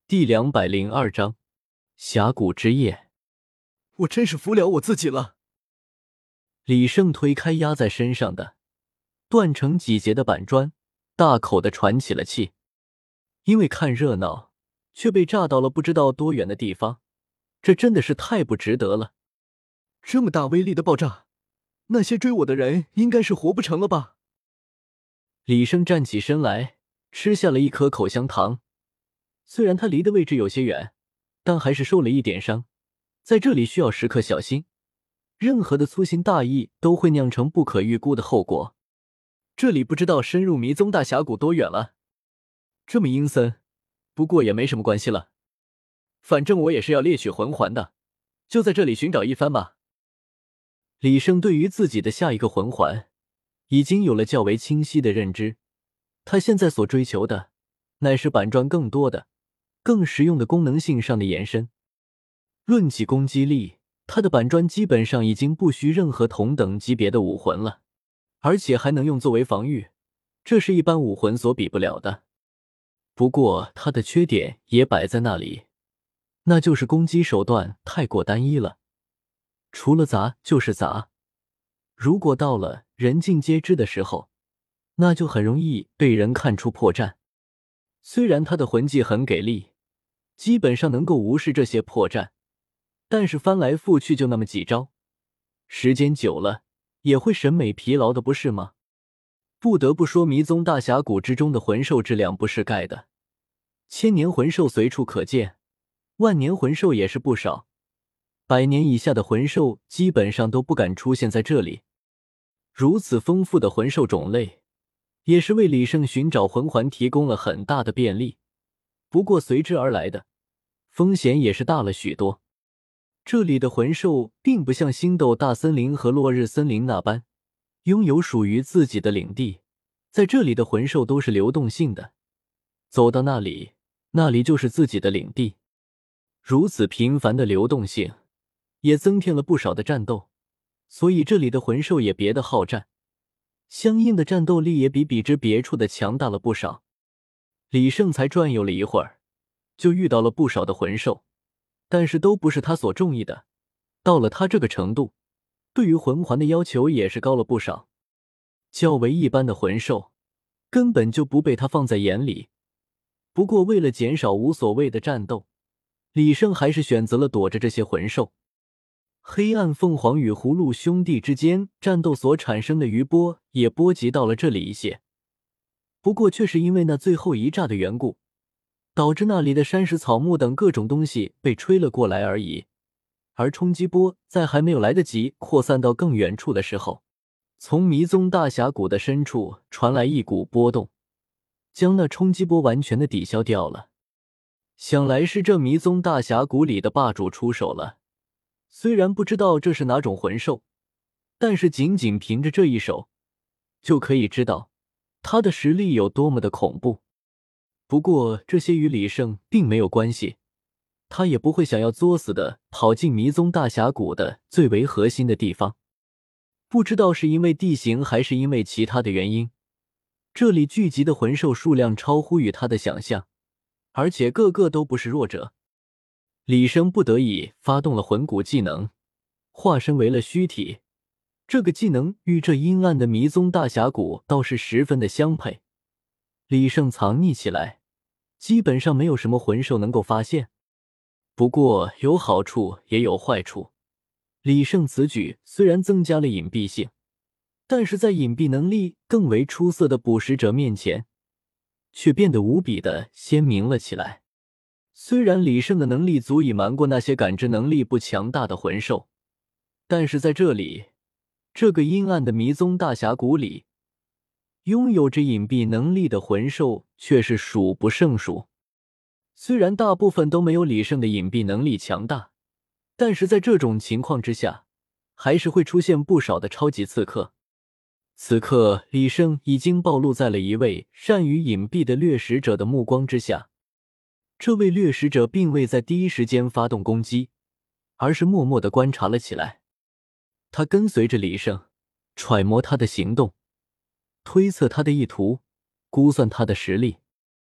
第202章峡谷之夜。 我真是服了我自己了。 李胜推开压在身上的断成几截的板砖，大口地喘起了气。因为看热闹却被炸到了不知道多远的地方，这真的是太不值得了。 这么大威力的爆炸，那些追我的人应该是活不成了吧？ 李胜站起身来，吃下了一颗口香糖。虽然他离的位置有些远，但还是受了一点伤，在这里需要时刻小心，任何的粗心大意都会酿成不可预估的后果。这里不知道深入迷踪大峡谷多远了，这么阴森，不过也没什么关系了，反正我也是要猎取魂环的，就在这里寻找一番吧。李胜对于自己的下一个魂环已经有了较为清晰的认知，他现在所追求的乃是板砖更多的更实用的功能性上的延伸。论起攻击力，他的板砖基本上已经不需任何同等级别的武魂了，而且还能用作为防御，这是一般武魂所比不了的。不过他的缺点也摆在那里，那就是攻击手段太过单一了，除了砸就是砸，如果到了人尽皆知的时候，那就很容易被人看出破绽。虽然他的魂技很给力，基本上能够无视这些破绽，但是翻来覆去就那么几招，时间久了也会审美疲劳的，不是吗？不得不说，迷踪大峡谷之中的魂兽质量不是盖的，千年魂兽随处可见，万年魂兽也是不少，100年以下的魂兽基本上都不敢出现在这里。如此丰富的魂兽种类，也是为李胜寻找魂环提供了很大的便利，不过随之而来的风险也是大了许多。这里的魂兽并不像星斗大森林和落日森林那般拥有属于自己的领地，在这里的魂兽都是流动性的，走到那里，那里就是自己的领地。如此频繁的流动性也增添了不少的战斗，所以这里的魂兽也别的好战，相应的战斗力也比之别处的强大了不少。李胜才转悠了一会儿，就遇到了不少的魂兽，但是都不是他所中意的。到了他这个程度，对于魂环的要求也是高了不少。较为一般的魂兽根本就不被他放在眼里。不过为了减少无所谓的战斗，李胜还是选择了躲着这些魂兽。黑暗凤凰与葫芦兄弟之间战斗所产生的余波也波及到了这里一些，不过却是因为那最后一炸的缘故，导致那里的山石草木等各种东西被吹了过来而已。而冲击波在还没有来得及扩散到更远处的时候，从迷踪大峡谷的深处传来一股波动，将那冲击波完全的抵消掉了。想来是这迷踪大峡谷里的霸主出手了，虽然不知道这是哪种魂兽，但是仅仅凭着这一手就可以知道他的实力有多么的恐怖。不过这些与李胜并没有关系，他也不会想要作死的跑进迷踪大峡谷的最为核心的地方。不知道是因为地形还是因为其他的原因，这里聚集的魂兽数量超乎于他的想象，而且个个都不是弱者。李胜不得已发动了魂骨技能，化身为了虚体。这个技能与这阴暗的迷踪大峡谷倒是十分的相配。李胜藏匿起来，基本上没有什么魂兽能够发现。不过有好处也有坏处，李胜此举虽然增加了隐蔽性，但是在隐蔽能力更为出色的捕食者面前，却变得无比的鲜明了起来。虽然李胜的能力足以瞒过那些感知能力不强大的魂兽，但是在这里，这个阴暗的迷踪大峡谷里，拥有着隐蔽能力的魂兽却是数不胜数。虽然大部分都没有李胜的隐蔽能力强大，但是在这种情况之下，还是会出现不少的超级刺客。此刻李胜已经暴露在了一位善于隐蔽的掠食者的目光之下。这位掠食者并未在第一时间发动攻击，而是默默地观察了起来。他跟随着李胜，揣摩他的行动，推测他的意图，估算他的实力。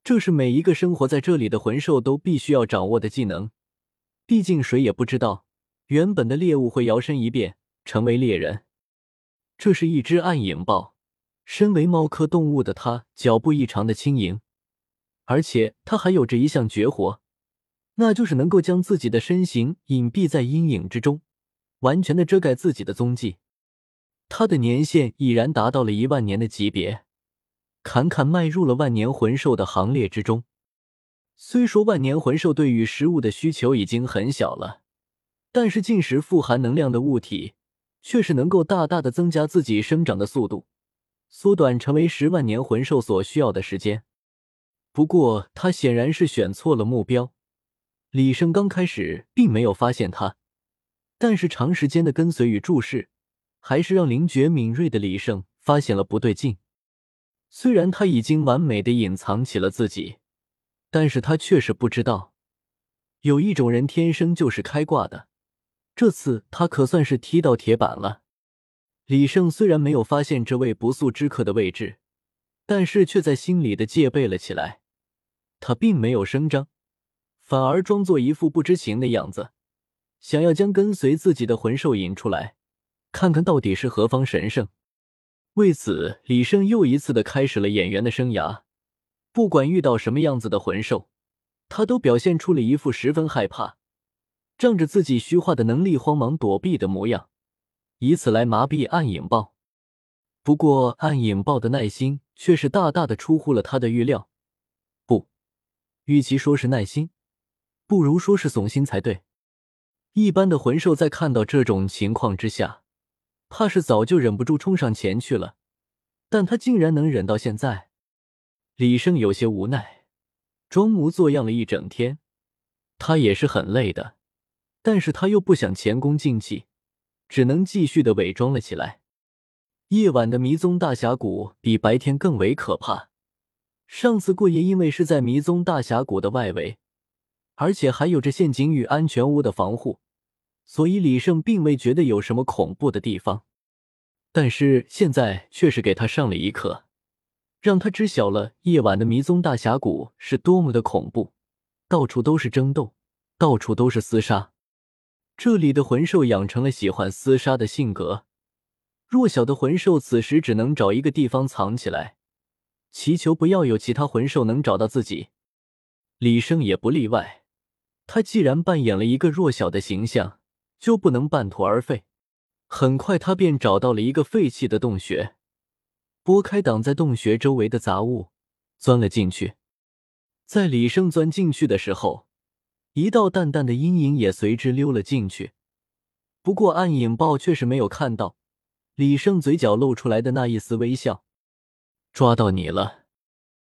这是每一个生活在这里的魂兽都必须要掌握的技能，毕竟谁也不知道原本的猎物会摇身一变成为猎人。这是一只暗影豹，身为猫科动物的它脚步异常的轻盈，而且它还有着一项绝活，那就是能够将自己的身形隐蔽在阴影之中，完全的遮盖自己的踪迹。它的年限已然达到了1万年的级别，坎坎迈入了万年魂兽的行列之中。虽说万年魂兽对于食物的需求已经很小了，但是进食富含能量的物体却是能够大大的增加自己生长的速度，缩短成为10万年魂兽所需要的时间。不过他显然是选错了目标，李胜刚开始并没有发现他，但是长时间的跟随与注视还是让灵觉敏锐的李胜发现了不对劲。虽然他已经完美的隐藏起了自己，但是他确实不知道，有一种人天生就是开挂的，这次他可算是踢到铁板了。李胜虽然没有发现这位不速之客的位置，但是却在心里的戒备了起来。他并没有声张，反而装作一副不知情的样子，想要将跟随自己的魂兽引出来，看看到底是何方神圣。为此，李胜又一次的开始了演员的生涯，不管遇到什么样子的魂兽，他都表现出了一副十分害怕，仗着自己虚化的能力慌忙躲避的模样，以此来麻痹暗影豹。不过暗影豹的耐心却是大大的出乎了他的预料，不，与其说是耐心，不如说是怂心才对。一般的魂兽在看到这种情况之下，怕是早就忍不住冲上前去了，但他竟然能忍到现在。李胜有些无奈，装模作样了一整天，他也是很累的，但是他又不想前功尽弃，只能继续的伪装了起来。夜晚的迷踪大峡谷比白天更为可怕，上次过夜因为是在迷踪大峡谷的外围，而且还有着陷阱与安全屋的防护，所以李胜并未觉得有什么恐怖的地方。但是现在却是给他上了一课，让他知晓了夜晚的迷踪大峡谷是多么的恐怖，到处都是争斗，到处都是厮杀。这里的魂兽养成了喜欢厮杀的性格，弱小的魂兽此时只能找一个地方藏起来，祈求不要有其他魂兽能找到自己。李胜也不例外，他既然扮演了一个弱小的形象，就不能半途而废。很快他便找到了一个废弃的洞穴，拨开挡在洞穴周围的杂物，钻了进去。在李胜钻进去的时候，一道淡淡的阴影也随之溜了进去。不过暗影豹却是没有看到李胜嘴角露出来的那一丝微笑。抓到你了。